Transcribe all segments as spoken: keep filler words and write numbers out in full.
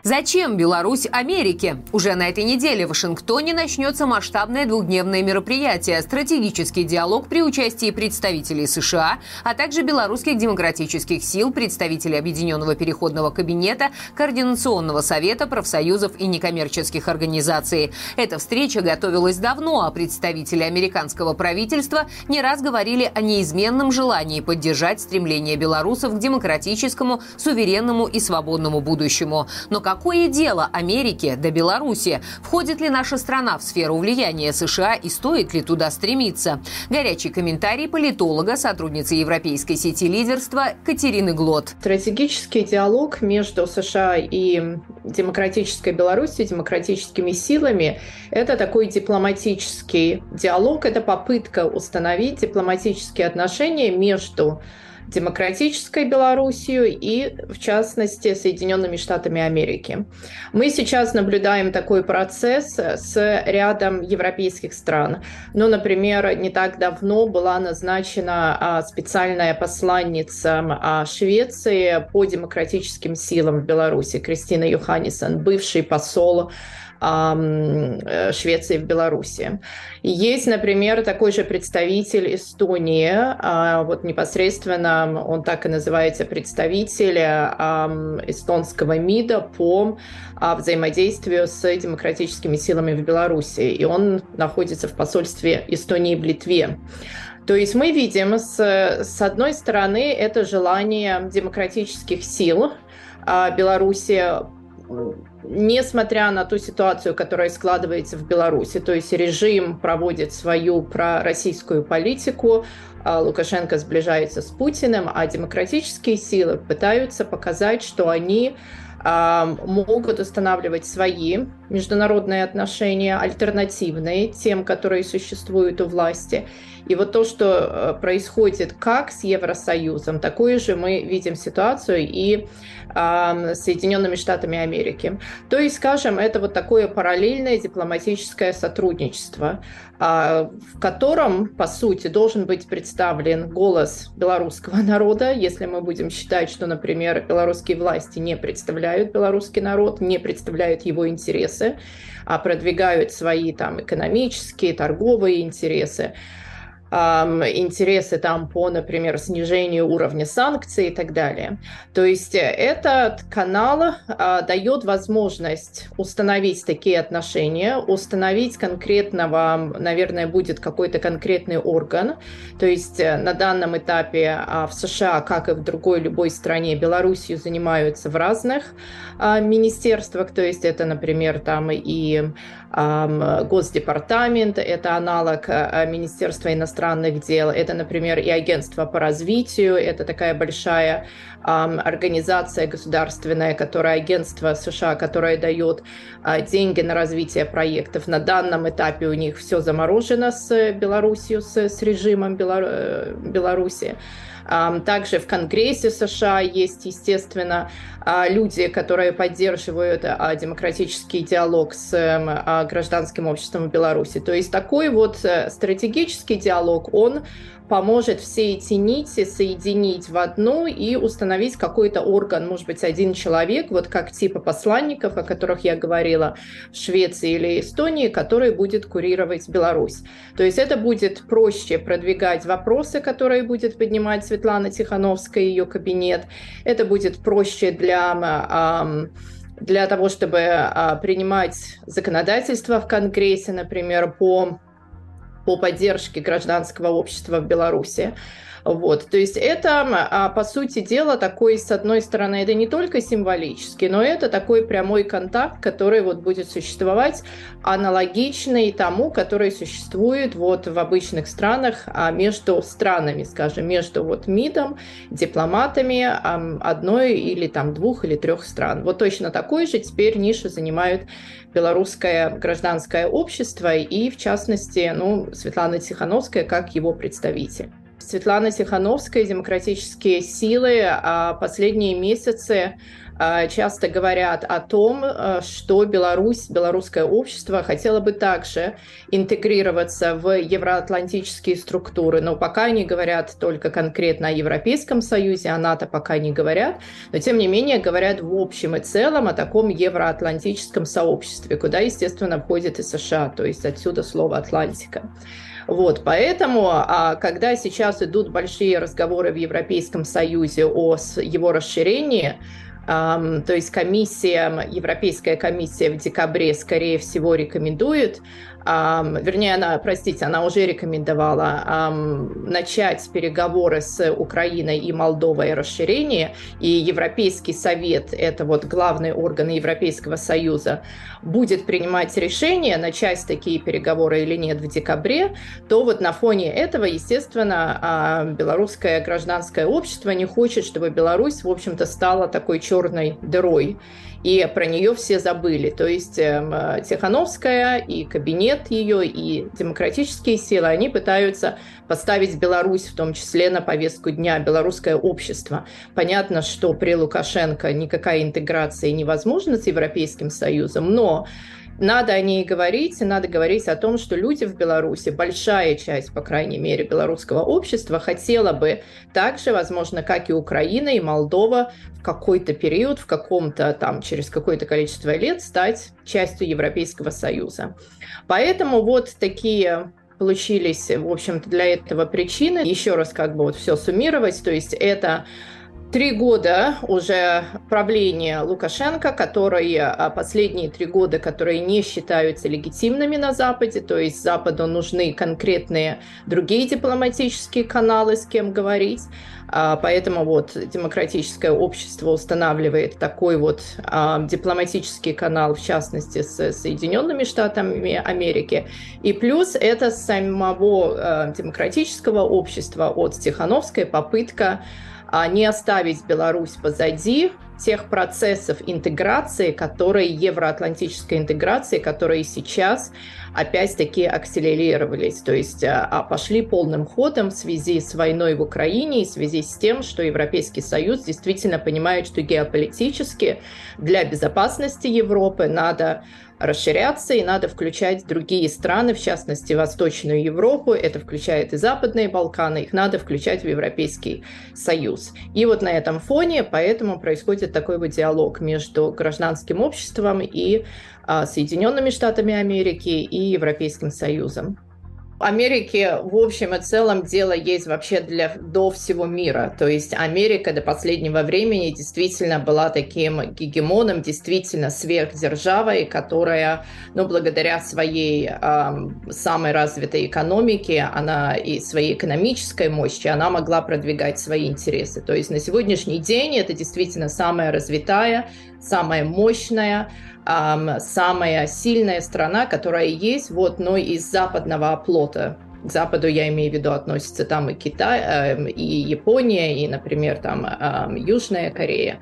Зачем Беларусь Америке? Уже на этой неделе в Вашингтоне начнется масштабное двухдневное мероприятие «Стратегический диалог» при участии представителей США, а также белорусских демократических сил, представителей Объединенного переходного кабинета, Координационного совета, профсоюзов и некоммерческих организаций. Эта встреча готовилась давно, а представители американского правительства не раз говорили о неизменном желании поддержать стремление белорусов к демократическому, суверенному и свободному будущему. Но какое дело Америке до Беларуси? Входит ли наша страна в сферу влияния США и стоит ли туда стремиться? Горячий комментарий политолога, сотрудницы европейской сети лидерства Катерины Глот. Стратегический диалог между США и демократической Беларусью, демократическими силами – это такой дипломатический диалог, это попытка установить дипломатические отношения между демократической Белоруссией и, в частности, Соединенными Штатами Америки. Мы сейчас наблюдаем такой процесс с рядом европейских стран. Ну, например, не так давно была назначена специальная посланница Швеции по демократическим силам в Беларуси Кристина Юханнессон, бывший посол Швеции в Беларуси. Есть, например, такой же представитель Эстонии, вот непосредственно он так и называется, представитель эстонского МИДа по взаимодействию с демократическими силами в Беларуси, и он находится в посольстве Эстонии в Литве. То есть мы видим, с, с одной стороны, это желание демократических сил Беларуси, несмотря на ту ситуацию, которая складывается в Беларуси, то есть режим проводит свою пророссийскую политику, Лукашенко сближается с Путиным, а демократические силы пытаются показать, что они могут устанавливать свои международные отношения, альтернативные тем, которые существуют у власти. И вот то, что происходит как с Евросоюзом, такую же мы видим ситуацию и э, с Соединенными Штатами Америки. То есть, скажем, это вот такое параллельное дипломатическое сотрудничество, э, в котором, по сути, должен быть представлен голос белорусского народа, если мы будем считать, что, например, белорусские власти не представляют белорусский народ, не представляют его интересы, а продвигают свои там экономические, торговые интересы, интересы там по, например, снижению уровня санкций и так далее. То есть этот канал а, дает возможность установить такие отношения, установить конкретного, наверное, будет какой-то конкретный орган. То есть на данном этапе а, в США, как и в другой любой стране, Белоруссию занимаются в разных а, министерствах. То есть это, например, там и а, Госдепартамент, это аналог а, Министерства иностранных дел, это, например, и агентство по развитию, это такая большая э, организация государственная, которая агентство США, которое дает э, деньги на развитие проектов. На данном этапе у них все заморожено с Белоруссией, с, с режимом Белор... Беларуси. Также в Конгрессе США есть, естественно, люди, которые поддерживают демократический диалог с гражданским обществом в Беларуси. То есть такой вот стратегический диалог, он поможет все эти нити соединить в одну и установить какой-то орган, может быть, один человек, вот как типа посланников, о которых я говорила, в Швеции или Эстонии, который будет курировать Беларусь. То есть это будет проще продвигать вопросы, которые будет поднимать Светлана Тихановская и ее кабинет. Это будет проще для... для того, чтобы принимать законодательство в Конгрессе, например, по по поддержке гражданского общества в Беларуси. Вот. То есть это, по сути дела, такой, с одной стороны, это не только символический, но это такой прямой контакт, который вот будет существовать, аналогичный тому, который существует вот в обычных странах между странами, скажем, между вот МИДом, дипломатами одной или там двух или трех стран. Вот точно такой же теперь нишу занимают белорусское гражданское общество и, в частности, ну, Светлана Тихановская как его представитель. Светлана Тихановская, демократические силы последние месяцы часто говорят о том, что Беларусь, белорусское общество хотело бы также интегрироваться в евроатлантические структуры. Но пока они говорят только конкретно о Европейском Союзе, о НАТО пока не говорят, но тем не менее говорят в общем и целом о таком евроатлантическом сообществе, куда, естественно, входит и США, то есть отсюда слово «Атлантика». Вот, поэтому, когда сейчас идут большие разговоры в Европейском Союзе о его расширении, то есть комиссия, Европейская комиссия в декабре, скорее всего, рекомендует, вернее, она, простите, она уже рекомендовала начать переговоры с Украиной и Молдовой о расширении, и Европейский совет, это вот главный орган Европейского Союза, будет принимать решение, начать такие переговоры или нет в декабре, то вот на фоне этого, естественно, белорусское гражданское общество не хочет, чтобы Беларусь, в общем-то, стала такой черной дырой, и про нее все забыли. То есть э, Тихановская и кабинет ее, и демократические силы, они пытаются поставить Беларусь, в том числе, на повестку дня, белорусское общество. Понятно, что при Лукашенко никакая интеграция невозможна с Европейским Союзом, но надо о ней говорить, и надо говорить о том, что люди в Беларуси, большая часть, по крайней мере, белорусского общества, хотела бы так же, возможно, как и Украина и Молдова, в какой-то период, в каком-то там, через какое-то количество лет стать частью Европейского Союза. Поэтому вот такие получились, в общем-то, для этого причины. Еще раз как бы вот все суммировать, то есть это Три года уже правления Лукашенко, который последние три года, которые не считаются легитимными на Западе, то есть Западу нужны конкретные другие дипломатические каналы, с кем говорить. Поэтому вот демократическое общество устанавливает такой вот дипломатический канал, в частности, с Соединенными Штатами Америки. И плюс это самого демократического общества от Тихановской попытка не оставить Беларусь позади тех процессов интеграции, которые, евроатлантической интеграции, которые сейчас опять-таки акселерировались, то есть пошли полным ходом в связи с войной в Украине и в связи с тем, что Европейский Союз действительно понимает, что геополитически для безопасности Европы надо расширяться и надо включать другие страны, в частности, Восточную Европу, это включает и Западные Балканы, их надо включать в Европейский Союз. И вот на этом фоне поэтому происходит такой вот диалог между гражданским обществом и а, Соединенными Штатами Америки и Европейским Союзом. В Америке, в общем и целом, дело есть вообще для, до всего мира. То есть Америка до последнего времени действительно была таким гегемоном, действительно сверхдержавой, которая, ну, благодаря своей э, самой развитой экономике, она и своей экономической мощи, она могла продвигать свои интересы. То есть на сегодняшний день это действительно самая развитая, самая мощная, самая сильная страна, которая есть, вот, но из западного оплота. К Западу, я имею в виду, относятся там и Китай, и Япония, и, например, там Южная Корея.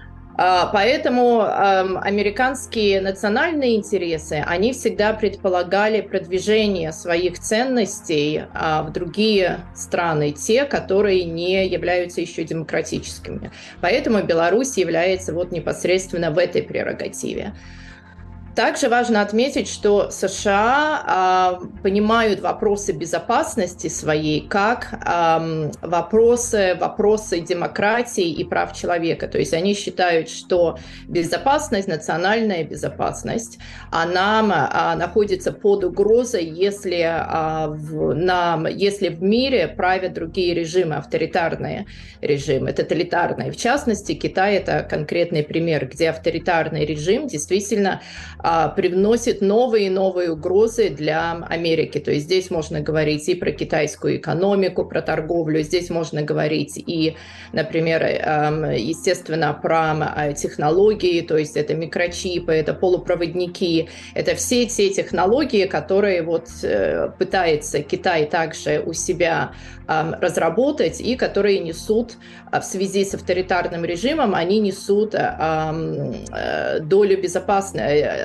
Поэтому американские национальные интересы, они всегда предполагали продвижение своих ценностей в другие страны, те, которые не являются еще демократическими. Поэтому Беларусь является вот непосредственно в этой прерогативе. Также важно отметить, что США э, понимают вопросы безопасности своей как э, вопросы, вопросы демократии и прав человека. То есть они считают, что безопасность, национальная безопасность, она э, находится под угрозой, если, э, в, на, если в мире правят другие режимы, авторитарные режимы, тоталитарные. В частности, Китай – это конкретный пример, где авторитарный режим действительно привносит новые и новые угрозы для Америки. То есть здесь можно говорить и про китайскую экономику, про торговлю, здесь можно говорить и, например, естественно, про технологии, то есть это микрочипы, это полупроводники, это все те технологии, которые вот пытается Китай также у себя разработать и которые несут в связи с авторитарным режимом, они несут долю безопасности,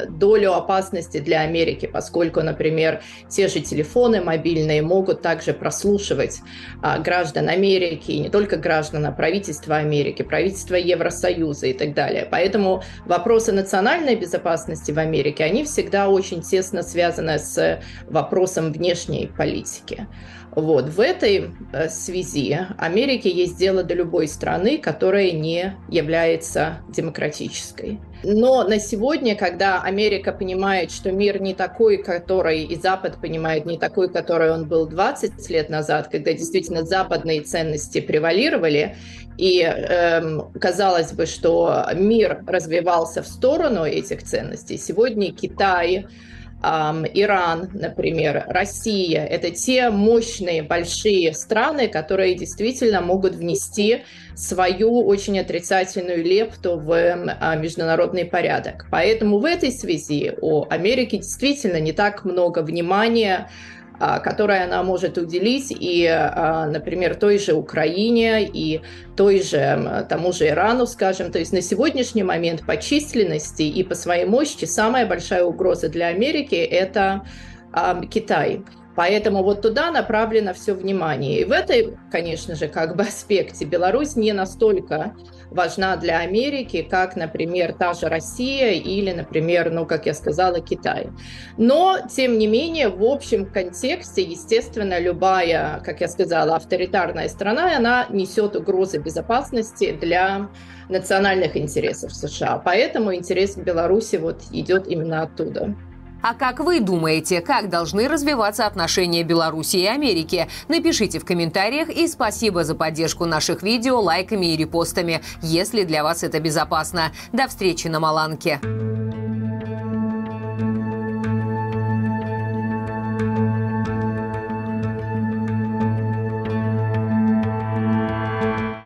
долю опасности для Америки, поскольку, например, те же телефоны мобильные могут также прослушивать а, граждан Америки, и не только граждан, а правительства Америки, правительства Евросоюза и так далее. Поэтому вопросы национальной безопасности в Америке, они всегда очень тесно связаны с вопросом внешней политики. Вот. В этой связи Америке есть дело до любой страны, которая не является демократической. Но на сегодня, когда Америка понимает, что мир не такой, который и Запад понимает не такой, который он был двадцать лет назад, когда действительно западные ценности превалировали, и э, казалось бы, что мир развивался в сторону этих ценностей, сегодня Китай, Иран, например, Россия – это те мощные, большие страны, которые действительно могут внести свою очень отрицательную лепту в международный порядок. Поэтому в этой связи у Америки действительно не так много внимания, которое она может уделить и, например, той же Украине и той же, тому же Ирану, скажем. То есть на сегодняшний момент по численности и по своей мощи самая большая угроза для Америки – это Китай. Поэтому вот туда направлено все внимание. И в этой, конечно же, как бы аспекте Беларусь не настолько важна для Америки, как, например, та же Россия или, например, ну, как я сказала, Китай. Но, тем не менее, в общем контексте, естественно, любая, как я сказала, авторитарная страна, она несет угрозы безопасности для национальных интересов США. Поэтому интерес Беларуси вот идет именно оттуда. А как вы думаете, как должны развиваться отношения Беларуси и Америки? Напишите в комментариях, и спасибо за поддержку наших видео лайками и репостами, если для вас это безопасно. До встречи на Маланке.